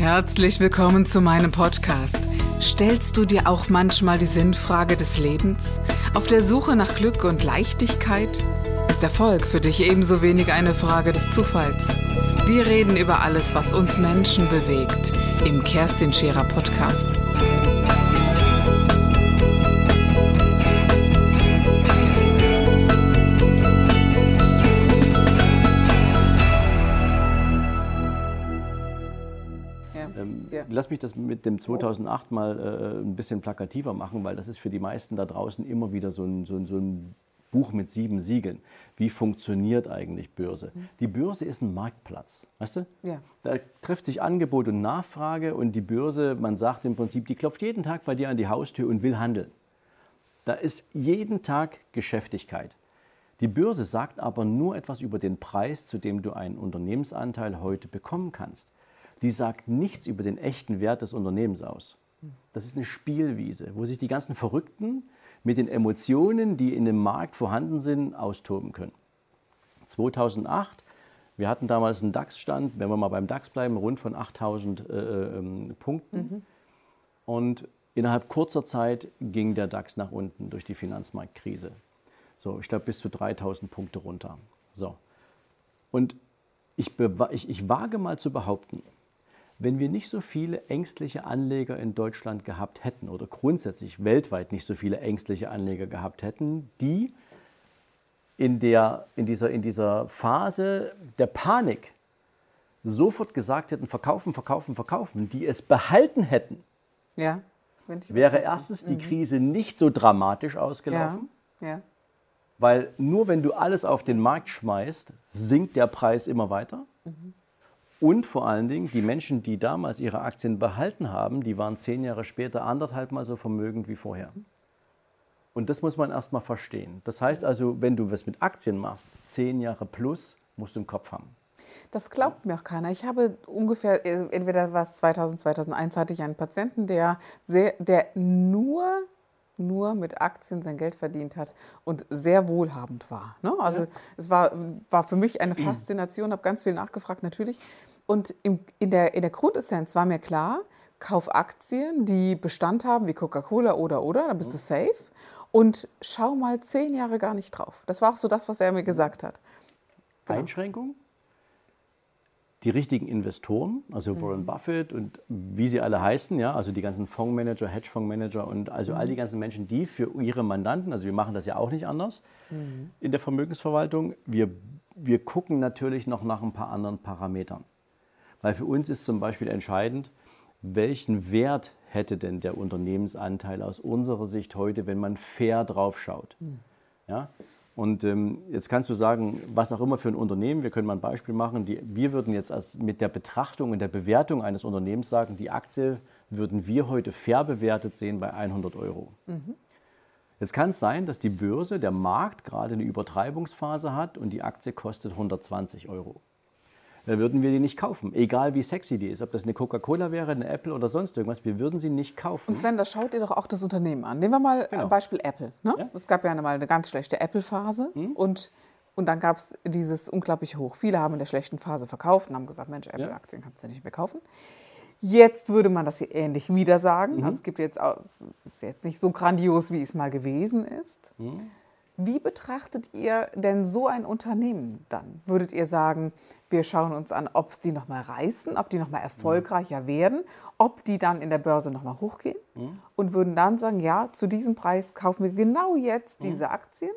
Herzlich willkommen zu meinem Podcast. Stellst du dir auch manchmal die Sinnfrage des Lebens? Auf der Suche nach Glück und Leichtigkeit? Ist Erfolg für dich ebenso wenig eine Frage des Zufalls? Wir reden über alles, was uns Menschen bewegt, im Kerstin Scherer Podcast. Lass mich das mit dem 2008 mal ein bisschen plakativer machen, weil das ist für die meisten da draußen immer wieder so ein Buch mit 7 Siegeln. Wie funktioniert eigentlich Börse? Die Börse ist ein Marktplatz, weißt du? Ja. Da trifft sich Angebot und Nachfrage und die Börse, man sagt im Prinzip, die klopft jeden Tag bei dir an die Haustür und will handeln. Da ist jeden Tag Geschäftigkeit. Die Börse sagt aber nur etwas über den Preis, zu dem du einen Unternehmensanteil heute bekommen kannst. Die sagt nichts über den echten Wert des Unternehmens aus. Das ist eine Spielwiese, wo sich die ganzen Verrückten mit den Emotionen, die in dem Markt vorhanden sind, austoben können. 2008, wir hatten damals einen DAX-Stand, wenn wir mal beim DAX bleiben, rund von 8.000 Punkten. Und innerhalb kurzer Zeit ging der DAX nach unten durch die Finanzmarktkrise. So, ich glaube bis zu 3.000 Punkte runter. So. Und ich wage mal zu behaupten, wenn wir nicht so viele ängstliche Anleger in Deutschland gehabt hätten oder grundsätzlich weltweit nicht so viele ängstliche Anleger gehabt hätten, die in dieser Phase der Panik sofort gesagt hätten, verkaufen, verkaufen, verkaufen, die es behalten hätten, Ja, wäre erstens die Krise nicht so dramatisch ausgelaufen. Ja. Weil nur wenn du alles auf den Markt schmeißt, sinkt der Preis immer weiter. Und vor allen Dingen, die Menschen, die damals ihre Aktien behalten haben, die waren 10 Jahre später 1,5 Mal so vermögend wie vorher. Und das muss man erst mal verstehen. Das heißt also, wenn du was mit Aktien machst, 10 Jahre plus, musst du im Kopf haben. Das glaubt mir auch keiner. Ich habe ungefähr, entweder war es 2000, 2001, hatte ich einen Patienten, der nur mit Aktien sein Geld verdient hat und sehr wohlhabend war. Ne? Also es war für mich eine Faszination, habe ganz viel nachgefragt natürlich. Und in der Grundessenz war mir klar, kauf Aktien, die Bestand haben, wie Coca-Cola oder, dann bist du safe. Und schau mal 10 Jahre gar nicht drauf. Das war auch so das, was er mir gesagt hat. Genau. Einschränkung? Die richtigen Investoren, also Warren Buffett und wie sie alle heißen, ja, also die ganzen Fondsmanager, Hedgefondsmanager und also all die ganzen Menschen, die für ihre Mandanten, also wir machen das ja auch nicht anders in der Vermögensverwaltung, wir gucken natürlich noch nach ein paar anderen Parametern. Weil für uns ist zum Beispiel entscheidend, welchen Wert hätte denn der Unternehmensanteil aus unserer Sicht heute, wenn man fair drauf schaut. Ja? Und jetzt kannst du sagen, was auch immer für ein Unternehmen, wir können mal ein Beispiel machen, wir würden jetzt mit der Betrachtung und der Bewertung eines Unternehmens sagen, die Aktie würden wir heute fair bewertet sehen bei 100 Euro. Jetzt kann es sein, dass die Börse, der Markt gerade eine Übertreibungsphase hat und die Aktie kostet 120 Euro. Da würden wir die nicht kaufen, egal wie sexy die ist. Ob das eine Coca-Cola wäre, eine Apple oder sonst irgendwas, wir würden sie nicht kaufen. Und Sven, da schaut ihr doch auch das Unternehmen an. Nehmen wir mal ein Beispiel Apple. Ne? Ja. Es gab ja mal eine ganz schlechte Apple-Phase und dann gab es dieses unglaublich hoch. Viele haben in der schlechten Phase verkauft und haben gesagt, Mensch, Apple-Aktien kannst du nicht mehr kaufen. Jetzt würde man das hier ähnlich wieder sagen. Also es gibt jetzt auch, ist jetzt nicht so grandios, wie es mal gewesen ist. Wie betrachtet ihr denn so ein Unternehmen dann? Würdet ihr sagen, wir schauen uns an, ob sie noch mal reißen, ob die noch mal erfolgreicher werden, ob die dann in der Börse noch mal hochgehen und würden dann sagen, ja, zu diesem Preis kaufen wir genau jetzt diese Aktien?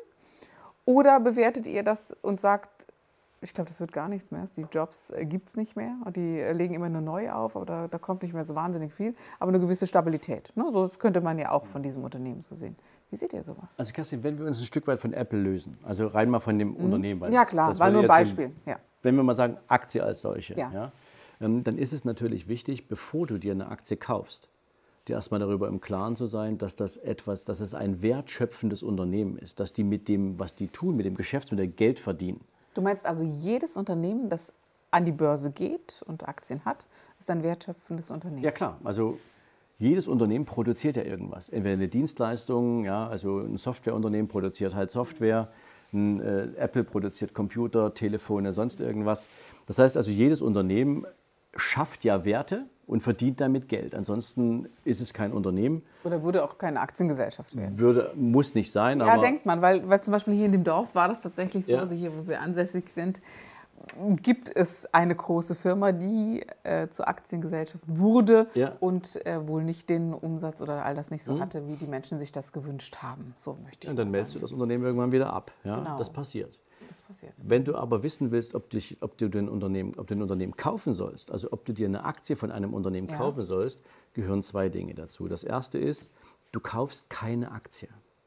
Oder bewertet ihr das und sagt, ich glaube, das wird gar nichts mehr. Die Jobs gibt es nicht mehr. Die legen immer nur neu auf, aber da kommt nicht mehr so wahnsinnig viel. Aber eine gewisse Stabilität. Ne? So, das könnte man ja auch von diesem Unternehmen so sehen. Wie seht ihr sowas? Also Kerstin, wenn wir uns ein Stück weit von Apple lösen, also rein mal von dem Unternehmen. Weil ja klar, das war nur ein jetzt Beispiel. Wenn wir mal sagen, Aktie als solche, Ja. dann ist es natürlich wichtig, bevor du dir eine Aktie kaufst, dir erstmal darüber im Klaren zu sein, dass es ein wertschöpfendes Unternehmen ist, dass die mit dem, was die tun, mit dem Geschäftsmodell Geld verdienen. Du meinst also, jedes Unternehmen, das an die Börse geht und Aktien hat, ist ein wertschöpfendes Unternehmen? Ja klar, also jedes Unternehmen produziert ja irgendwas. Entweder eine Dienstleistung, ja, also ein Softwareunternehmen produziert halt Software, Apple produziert Computer, Telefone, sonst irgendwas. Das heißt also, jedes Unternehmen schafft ja Werte und verdient damit Geld. Ansonsten ist es kein Unternehmen. Oder würde auch keine Aktiengesellschaft werden. Muss nicht sein. Ja, aber denkt man, weil zum Beispiel hier in dem Dorf war das tatsächlich so, Ja. also hier, wo wir ansässig sind, gibt es eine große Firma, die zur Aktiengesellschaft wurde Ja. und wohl nicht den Umsatz oder all das nicht so hatte, wie die Menschen sich das gewünscht haben. So möchte ich und dann meldest du das Unternehmen irgendwann wieder ab. Ja, Genau. das passiert. Das passiert. Wenn du aber wissen willst, ob du ein Unternehmen kaufen sollst, also ob du dir eine Aktie von einem Unternehmen Ja. kaufen sollst, gehören zwei Dinge dazu. Das erste ist, du kaufst keine Aktie.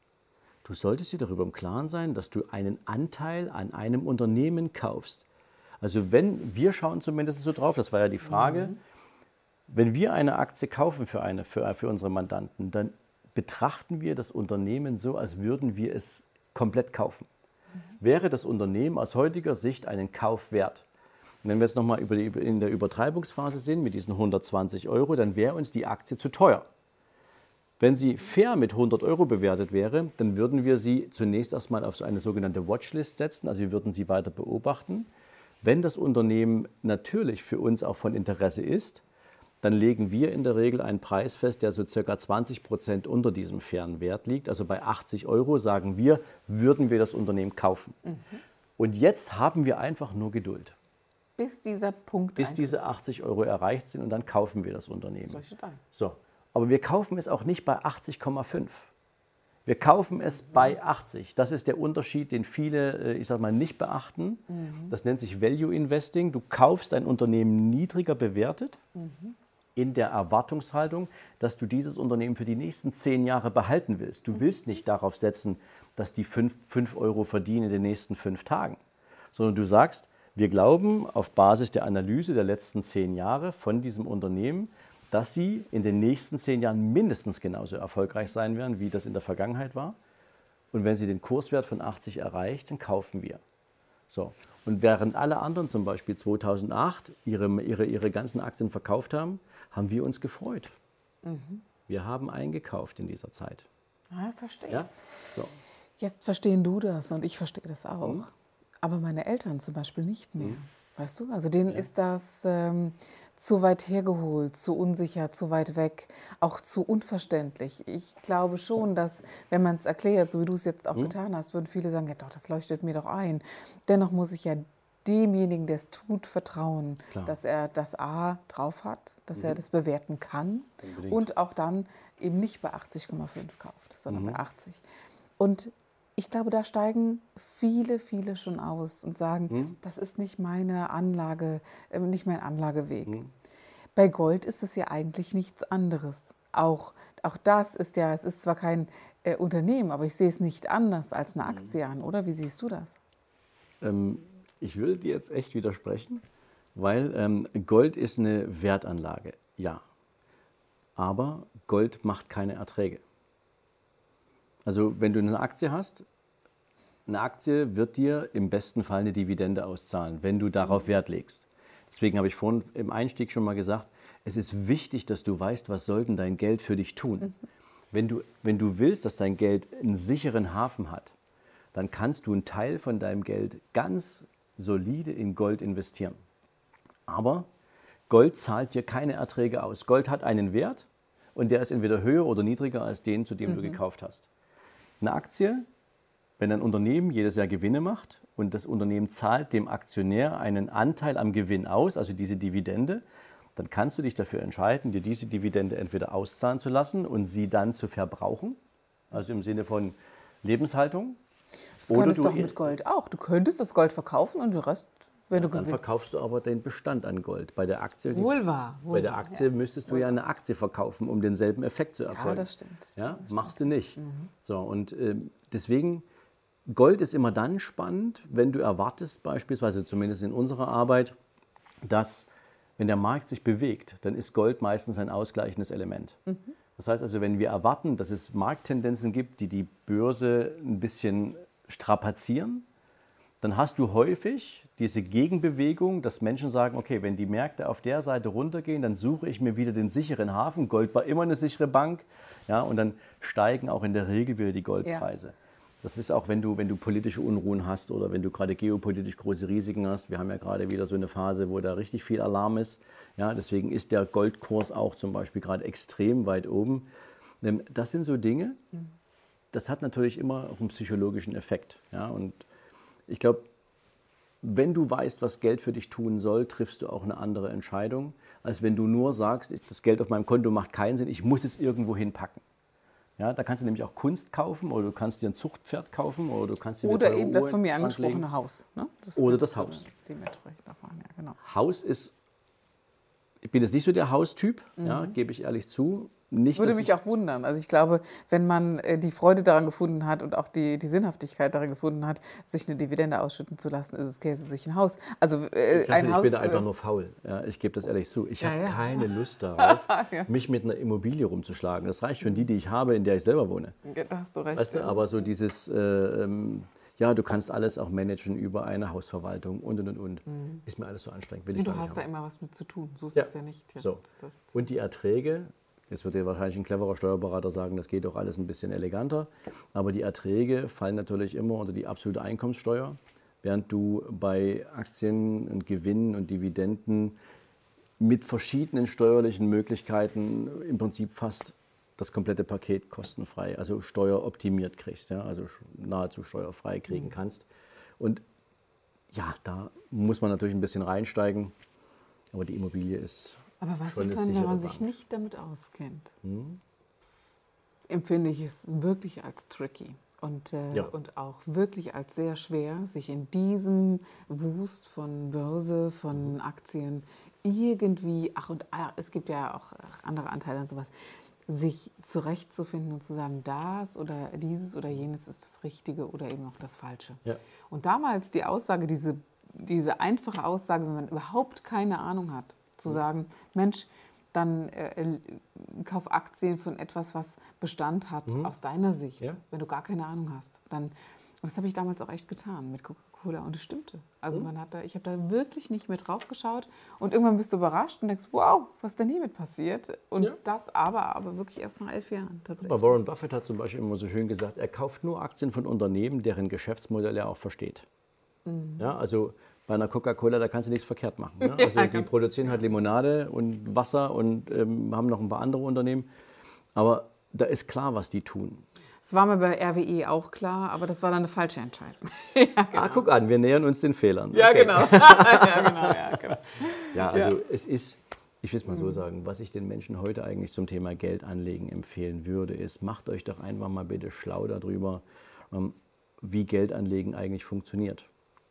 Du solltest dir darüber im Klaren sein, dass du einen Anteil an einem Unternehmen kaufst. Also wir schauen zumindest so drauf, das war ja die Frage, wenn wir eine Aktie kaufen für unsere Mandanten, dann betrachten wir das Unternehmen so, als würden wir es komplett kaufen. Wäre das Unternehmen aus heutiger Sicht einen Kauf wert? Und wenn wir jetzt nochmal in der Übertreibungsphase sind mit diesen 120 €, dann wäre uns die Aktie zu teuer. Wenn sie fair mit 100 € bewertet wäre, dann würden wir sie zunächst erstmal auf so eine sogenannte Watchlist setzen, also wir würden sie weiter beobachten. Wenn das Unternehmen natürlich für uns auch von Interesse ist, dann legen wir in der Regel einen Preis fest, der so ca. 20% unter diesem fairen Wert liegt. Also bei 80 € sagen wir, würden wir das Unternehmen kaufen. Und jetzt haben wir einfach nur Geduld, Bis dieser Punkt bis diese 80 € erreicht sind und dann kaufen wir das Unternehmen. leuchtet ein. So, aber wir kaufen es auch nicht bei 80,5. Wir kaufen es bei 80. Das ist der Unterschied, den viele, nicht beachten. Das nennt sich Value Investing. Du kaufst ein Unternehmen niedriger bewertet in der Erwartungshaltung, dass du dieses Unternehmen für die nächsten 10 Jahre behalten willst. Du willst nicht darauf setzen, dass die 5 € verdienen in den nächsten 5 Tagen, sondern du sagst, wir glauben auf Basis der Analyse der letzten 10 Jahre von diesem Unternehmen, dass sie in den nächsten 10 Jahren mindestens genauso erfolgreich sein werden, wie das in der Vergangenheit war. Und wenn sie den Kurswert von 80 erreicht, dann kaufen wir. So. Und während alle anderen zum Beispiel 2008 ihre ganzen Aktien verkauft haben, haben wir uns gefreut. Wir haben eingekauft in dieser Zeit. Ah, verstehe. Ja? So. Jetzt verstehen du das und ich verstehe das auch. Aber meine Eltern zum Beispiel nicht mehr. Weißt du? Also denen ist das zu weit hergeholt, zu unsicher, zu weit weg, auch zu unverständlich. Ich glaube schon, dass, wenn man es erklärt, so wie du es jetzt auch getan hast, würden viele sagen, ja doch, das leuchtet mir doch ein. Dennoch muss ich ja demjenigen, der es tut, vertrauen, Klar. dass er das A drauf hat, dass er das bewerten kann und auch dann eben nicht bei 80,5 kauft, sondern bei 80. Und ich glaube, da steigen viele, viele schon aus und sagen, das ist nicht meine Anlage, nicht mein Anlageweg. Bei Gold ist es ja eigentlich nichts anderes. Auch das ist ja, es ist zwar kein Unternehmen, aber ich sehe es nicht anders als eine Aktie an, oder? Wie siehst du das? Ich würde dir jetzt echt widersprechen, weil Gold ist eine Wertanlage, ja. Aber Gold macht keine Erträge. Also wenn du eine Aktie hast, eine Aktie wird dir im besten Fall eine Dividende auszahlen, wenn du darauf Wert legst. Deswegen habe ich vorhin im Einstieg schon mal gesagt, es ist wichtig, dass du weißt, was soll denn dein Geld für dich tun. Wenn du willst, dass dein Geld einen sicheren Hafen hat, dann kannst du einen Teil von deinem Geld ganz solide in Gold investieren. Aber Gold zahlt dir keine Erträge aus. Gold hat einen Wert und der ist entweder höher oder niedriger als den, zu dem du gekauft hast. Eine Aktie, wenn ein Unternehmen jedes Jahr Gewinne macht und das Unternehmen zahlt dem Aktionär einen Anteil am Gewinn aus, also diese Dividende, dann kannst du dich dafür entscheiden, dir diese Dividende entweder auszahlen zu lassen und sie dann zu verbrauchen, also im Sinne von Lebenshaltung. Das könntest du doch mit Gold auch. Du könntest das Gold verkaufen und den Rest, wenn du Dann gewinnst. verkaufst du aber den Bestand an Gold. Bei der Aktie, Wohl wahr. bei der Aktie müsstest du ja eine Aktie verkaufen, um denselben Effekt zu erzeugen. Ja, das stimmt. Ja, machst du nicht. So, und deswegen, Gold ist immer dann spannend, wenn du erwartest, beispielsweise zumindest in unserer Arbeit, dass, wenn der Markt sich bewegt, dann ist Gold meistens ein ausgleichendes Element. Das heißt also, wenn wir erwarten, dass es Markttendenzen gibt, die die Börse ein bisschen strapazieren, dann hast du häufig diese Gegenbewegung, dass Menschen sagen, okay, wenn die Märkte auf der Seite runtergehen, dann suche ich mir wieder den sicheren Hafen. Gold war immer eine sichere Bank, ja, und dann steigen auch in der Regel wieder die Goldpreise. Das ist auch, wenn du politische Unruhen hast oder wenn du gerade geopolitisch große Risiken hast. Wir haben ja gerade wieder so eine Phase, wo da richtig viel Alarm ist. Ja, deswegen ist der Goldkurs auch zum Beispiel gerade extrem weit oben. Das sind so Dinge, das hat natürlich immer auch einen psychologischen Effekt. Ja, und ich glaube, wenn du weißt, was Geld für dich tun soll, triffst du auch eine andere Entscheidung, als wenn du nur sagst, das Geld auf meinem Konto macht keinen Sinn, ich muss es irgendwo hinpacken. Ja, da kannst du nämlich auch Kunst kaufen oder du kannst dir ein Zuchtpferd kaufen oder du kannst dir eine Oder eben das Uhr von mir in den Schrank angesprochene legen. Haus. Ne? Oder das Haus. Dementsprechend auch machen, ja, genau. Haus ist, ich bin jetzt nicht so der Haustyp, ja, gebe ich ehrlich zu. Nicht, Würde dass mich auch wundern. Also ich glaube, wenn man die Freude daran gefunden hat und auch die Sinnhaftigkeit daran gefunden hat, sich eine Dividende ausschütten zu lassen, ist es Käse sich ein Haus. Also ein ich Haus. bin da einfach nur faul. Ja, ich gebe das ehrlich zu. Ich habe ja. keine Lust darauf, Ja. mich mit einer Immobilie rumzuschlagen. Das reicht schon die ich habe, in der ich selber wohne. Da hast du recht. Weißt du, aber so dieses, ja, du kannst alles auch managen über eine Hausverwaltung und. Ist mir alles so anstrengend. Will ich Du gar nicht hast da haben. immer was mit zu tun. So ist Ja. es ja nicht. Ja. So. Und die Erträge, jetzt wird dir wahrscheinlich ein cleverer Steuerberater sagen, das geht doch alles ein bisschen eleganter, aber die Erträge fallen natürlich immer unter die absolute Einkommenssteuer, während du bei Aktien und Gewinnen und Dividenden mit verschiedenen steuerlichen Möglichkeiten im Prinzip fast das komplette Paket kostenfrei, also steueroptimiert kriegst, ja, also nahezu steuerfrei kriegen kannst. Und ja, da muss man natürlich ein bisschen reinsteigen, aber die Immobilie ist Aber was schon ist eine dann, wenn sichere man Bank. sich nicht damit auskennt? Empfinde ich es wirklich als tricky. Und auch wirklich als sehr schwer, sich in diesem Wust von Börse, von Aktien irgendwie, es gibt ja auch andere Anteile und sowas, sich zurechtzufinden und zu sagen, das oder dieses oder jenes ist das Richtige oder eben auch das Falsche. Ja. Und damals die Aussage, diese einfache Aussage, wenn man überhaupt keine Ahnung hat, zu sagen, Mensch, dann kauf Aktien von etwas, was Bestand hat, aus deiner Sicht, Ja. wenn du gar keine Ahnung hast. Und das habe ich damals auch echt getan mit Coca-Cola und es stimmte. Also ich habe da wirklich nicht mehr drauf geschaut und irgendwann bist du überrascht und denkst, wow, was ist denn hiermit passiert? Und das aber wirklich erst nach 11 Jahren tatsächlich. Warren Buffett hat zum Beispiel immer so schön gesagt, er kauft nur Aktien von Unternehmen, deren Geschäftsmodell er auch versteht. Ja, also bei einer Coca-Cola, da kannst du nichts verkehrt machen. Ne? Also die produzieren halt Limonade und Wasser und haben noch ein paar andere Unternehmen. Aber da ist klar, was die tun. Das war mir bei RWE auch klar, aber das war dann eine falsche Entscheidung. Ah, guck an, wir nähern uns den Fehlern. Ja, Okay. genau. Genau. Ja, also es ist, ich will es mal so sagen, was ich den Menschen heute eigentlich zum Thema Geld anlegen empfehlen würde, ist, macht euch doch einfach mal bitte schlau darüber, wie Geldanlegen eigentlich funktioniert.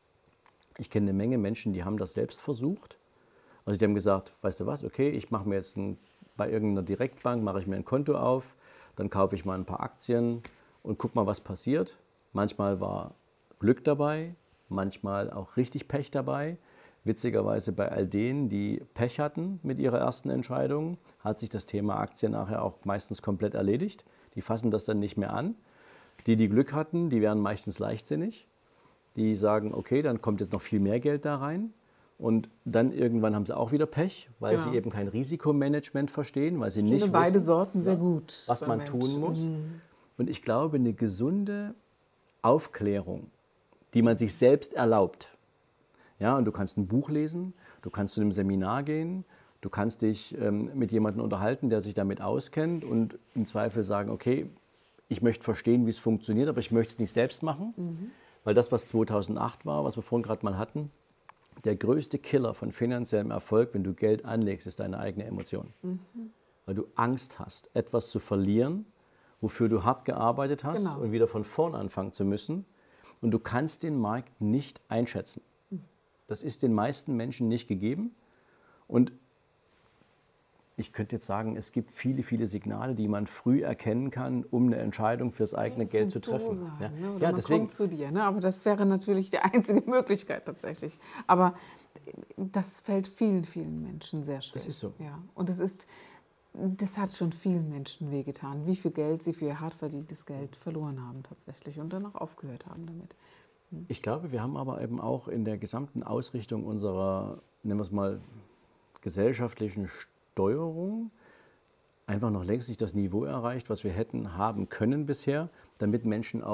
Ich kenne eine Menge Menschen, die haben das selbst versucht. Also die haben gesagt, weißt du was, okay, ich mache mir jetzt bei irgendeiner Direktbank, mache ich mir ein Konto auf, dann kaufe ich mal ein paar Aktien und guck mal, was passiert. Manchmal war Glück dabei, manchmal auch richtig Pech dabei. Witzigerweise bei all denen, die Pech hatten mit ihrer ersten Entscheidung, hat sich das Thema Aktien nachher auch meistens komplett erledigt. Die fassen das dann nicht mehr an. Die Glück hatten, die werden meistens leichtsinnig. Die sagen, okay, dann kommt jetzt noch viel mehr Geld da rein. Und dann irgendwann haben sie auch wieder Pech, weil sie eben kein Risikomanagement verstehen, weil sie nicht beide wissen, Sorten sehr gut. was man tun muss. Und ich glaube, eine gesunde Aufklärung, die man sich selbst erlaubt. Ja, und du kannst ein Buch lesen, du kannst zu einem Seminar gehen, du kannst dich mit jemandem unterhalten, der sich damit auskennt und im Zweifel sagen, okay, ich möchte verstehen, wie es funktioniert, aber ich möchte es nicht selbst machen. Weil das, was 2008 war, was wir vorhin gerade mal hatten, der größte Killer von finanziellem Erfolg, wenn du Geld anlegst, ist deine eigene Emotion. Weil du Angst hast, etwas zu verlieren, wofür du hart gearbeitet hast und wieder von vorn anfangen zu müssen. Und du kannst den Markt nicht einschätzen. Das ist den meisten Menschen nicht gegeben. Und ich könnte jetzt sagen, es gibt viele, viele Signale, die man früh erkennen kann, um eine Entscheidung fürs eigene Geld zu treffen. Sagen, ne? Ja, man deswegen kommt zu dir, ne? Aber das wäre natürlich die einzige Möglichkeit tatsächlich. Aber das fällt vielen, vielen Menschen sehr schwer. Das ist so. Ja. Und das hat schon vielen Menschen wehgetan, wie viel Geld sie für ihr hart verdientes Geld verloren haben tatsächlich und dann auch aufgehört haben damit. Ich glaube, wir haben aber eben auch in der gesamten Ausrichtung unserer, nennen wir es mal, gesellschaftlichen Steuerung einfach noch längst nicht das Niveau erreicht, was wir hätten haben können bisher, damit Menschen auch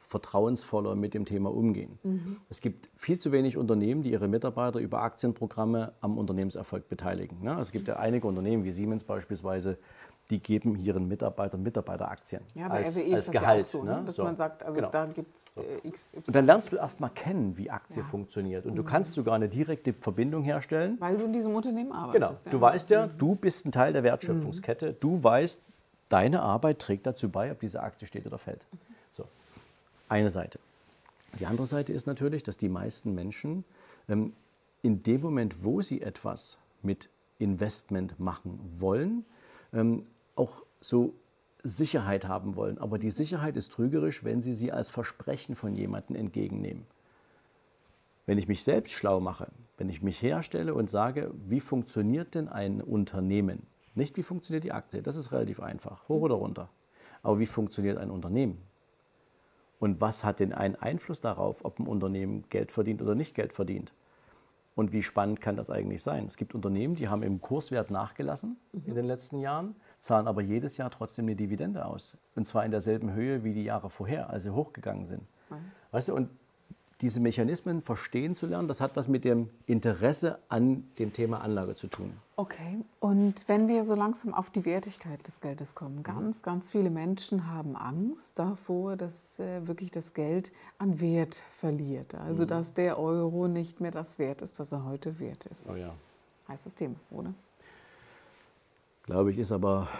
vertrauensvoller mit dem Thema umgehen. Es gibt viel zu wenig Unternehmen, die ihre Mitarbeiter über Aktienprogramme am Unternehmenserfolg beteiligen. Ne? Also es gibt ja einige Unternehmen, wie Siemens beispielsweise, die geben ihren Mitarbeitern Mitarbeiteraktien Ja, bei als, RWE als ist das Gehalt. ja auch so, ne? Dass man sagt, also genau. da gibt es X, Y. Und dann lernst du erst mal kennen, wie Aktie funktioniert. Und du kannst sogar eine direkte Verbindung herstellen. Weil du in diesem Unternehmen Genau. arbeitest. Du weißt ja, du bist ein Teil der Wertschöpfungskette. Du weißt, deine Arbeit trägt dazu bei, ob diese Aktie steht oder fällt. So, eine Seite. Die andere Seite ist natürlich, dass die meisten Menschen in dem Moment, wo sie etwas mit Investment machen wollen, auch so Sicherheit haben wollen. Aber die Sicherheit ist trügerisch, wenn sie als Versprechen von jemandem entgegennehmen. Wenn ich mich selbst schlau mache, wenn ich mich herstelle und sage, wie funktioniert denn ein Unternehmen? Nicht, wie funktioniert die Aktie, das ist relativ einfach, hoch oder runter. Aber wie funktioniert ein Unternehmen? Und was hat denn einen Einfluss darauf, ob ein Unternehmen Geld verdient oder nicht Geld verdient? Und wie spannend kann das eigentlich sein? Es gibt Unternehmen, die haben im Kurswert nachgelassen in den letzten Jahren, zahlen aber jedes Jahr trotzdem eine Dividende aus. Und zwar in derselben Höhe wie die Jahre vorher, als sie hochgegangen sind. Weißt du, und diese Mechanismen verstehen zu lernen, das hat was mit dem Interesse an dem Thema Anlage zu tun. Okay, und wenn wir so langsam auf die Wertigkeit des Geldes kommen, ganz viele Menschen haben Angst davor, dass wirklich das Geld an Wert verliert. Also dass der Euro nicht mehr das wert ist, was er heute wert ist. Oh ja. Heißes Thema, oder? Glaube ich, ist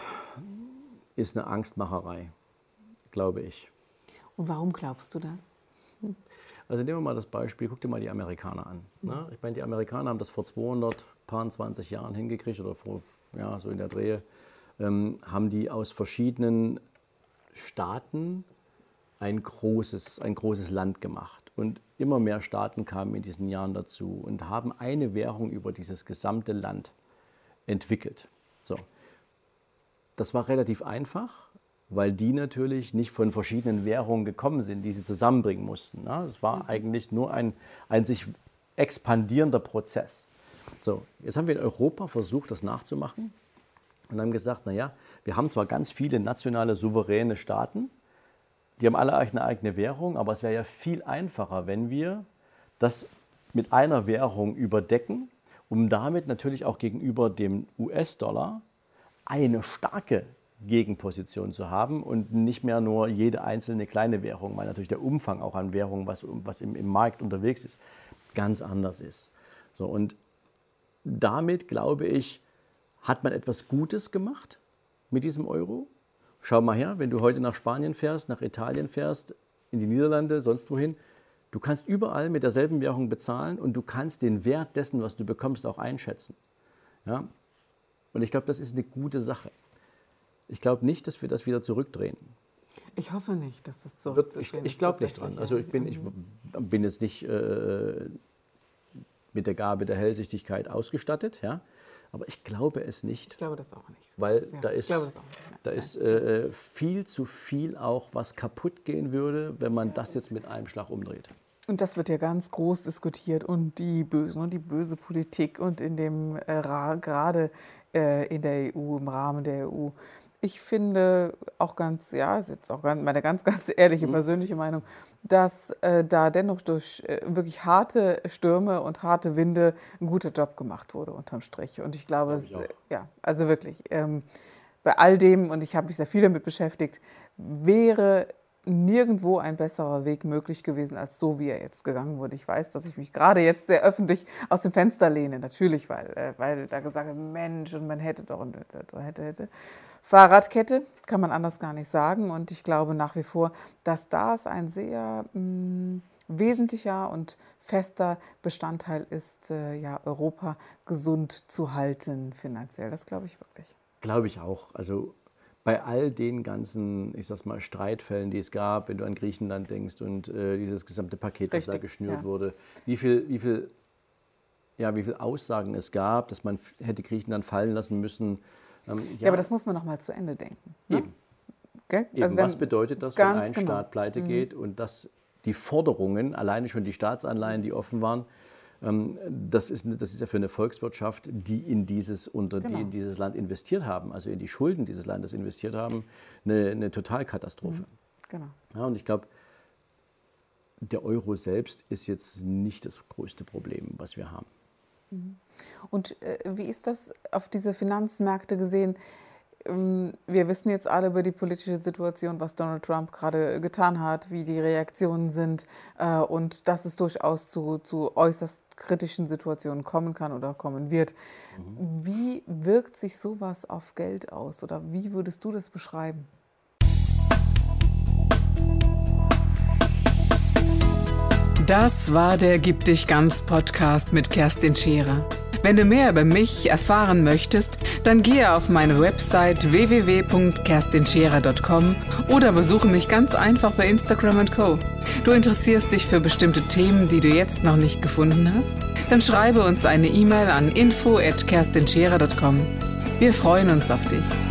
eine Angstmacherei, glaube ich. Und warum glaubst du das? Also nehmen wir mal das Beispiel, guck dir mal die Amerikaner an. Ne? Ich meine, die Amerikaner haben das vor 220 Jahren hingekriegt oder vor, ja, so in der Drehe, haben die aus verschiedenen Staaten ein großes Land gemacht. Und immer mehr Staaten kamen in diesen Jahren dazu und haben eine Währung über dieses gesamte Land entwickelt. So. Das war relativ einfach, weil die natürlich nicht von verschiedenen Währungen gekommen sind, die sie zusammenbringen mussten. Es war eigentlich nur ein sich expandierender Prozess. So, jetzt haben wir in Europa versucht, das nachzumachen und haben gesagt, naja, wir haben zwar ganz viele nationale, souveräne Staaten, die haben alle eine eigene Währung, aber es wäre ja viel einfacher, wenn wir das mit einer Währung überdecken, um damit natürlich auch gegenüber dem US-Dollar eine starke Gegenposition zu haben und nicht mehr nur jede einzelne kleine Währung, weil natürlich der Umfang auch an Währungen, was im Markt unterwegs ist, ganz anders ist. So, und damit, glaube ich, hat man etwas Gutes gemacht mit diesem Euro. Schau mal her, wenn du heute nach Spanien fährst, nach Italien fährst, in die Niederlande, sonst wohin, du kannst überall mit derselben Währung bezahlen und du kannst den Wert dessen, was du bekommst, auch einschätzen. Ja? Und ich glaube, das ist eine gute Sache. Ich glaube nicht, dass wir das wieder zurückdrehen. Ich hoffe nicht, dass das zurückdrehen wird. Ich glaube nicht dran. Also ich bin jetzt nicht mit der Gabe der Hellsichtigkeit ausgestattet, ja? Aber ich glaube es nicht. Ich glaube das auch nicht. Weil da ist viel zu viel auch, was kaputt gehen würde, wenn man das jetzt mit einem Schlag umdreht. Und das wird ja ganz groß diskutiert und die böse Politik und in dem gerade in der EU, im Rahmen der EU. Ich finde auch ist jetzt auch meine ganz ehrliche persönliche Meinung, dass da dennoch durch wirklich harte Stürme und harte Winde ein guter Job gemacht wurde unterm Strich. Und ich glaube, also wirklich, bei all dem, und ich habe mich sehr viel damit beschäftigt, wäre nirgendwo ein besserer Weg möglich gewesen, als so, wie er jetzt gegangen wurde. Ich weiß, dass ich mich gerade jetzt sehr öffentlich aus dem Fenster lehne, natürlich, weil da gesagt wird, Mensch, und man hätte doch und hätte. Fahrradkette kann man anders gar nicht sagen. Und ich glaube nach wie vor, dass das ein sehr wesentlicher und fester Bestandteil ist, Europa gesund zu halten finanziell. Das glaube ich wirklich. Glaube ich auch. Also bei all den ganzen, ich sag's mal, Streitfällen, die es gab, wenn du an Griechenland denkst und dieses gesamte Paket, das da geschnürt wurde, wie viel Aussagen es gab, dass man hätte Griechenland fallen lassen müssen. Aber das muss man noch mal zu Ende denken. Ne? Eben. Okay? Eben. Also was bedeutet das, wenn ein Staat pleite geht und dass die Forderungen, alleine schon die Staatsanleihen, die offen waren, das ist ja für eine Volkswirtschaft, die in dieses Land investiert haben, also in die Schulden dieses Landes investiert haben, eine Totalkatastrophe. Genau. Ja, und ich glaube, der Euro selbst ist jetzt nicht das größte Problem, was wir haben. Und wie ist das auf diese Finanzmärkte gesehen? Wir wissen jetzt alle über die politische Situation, was Donald Trump gerade getan hat, wie die Reaktionen sind und dass es durchaus zu äußerst kritischen Situationen kommen kann oder kommen wird. Wie wirkt sich sowas auf Geld aus oder wie würdest du das beschreiben? Das war der Gib dich ganz Podcast mit Kerstin Scherer. Wenn du mehr über mich erfahren möchtest, dann gehe auf meine Website www.kerstinscherer.com oder besuche mich ganz einfach bei Instagram & Co. Du interessierst dich für bestimmte Themen, die du jetzt noch nicht gefunden hast? Dann schreibe uns eine E-Mail an info@kerstinscherer.com. Wir freuen uns auf dich.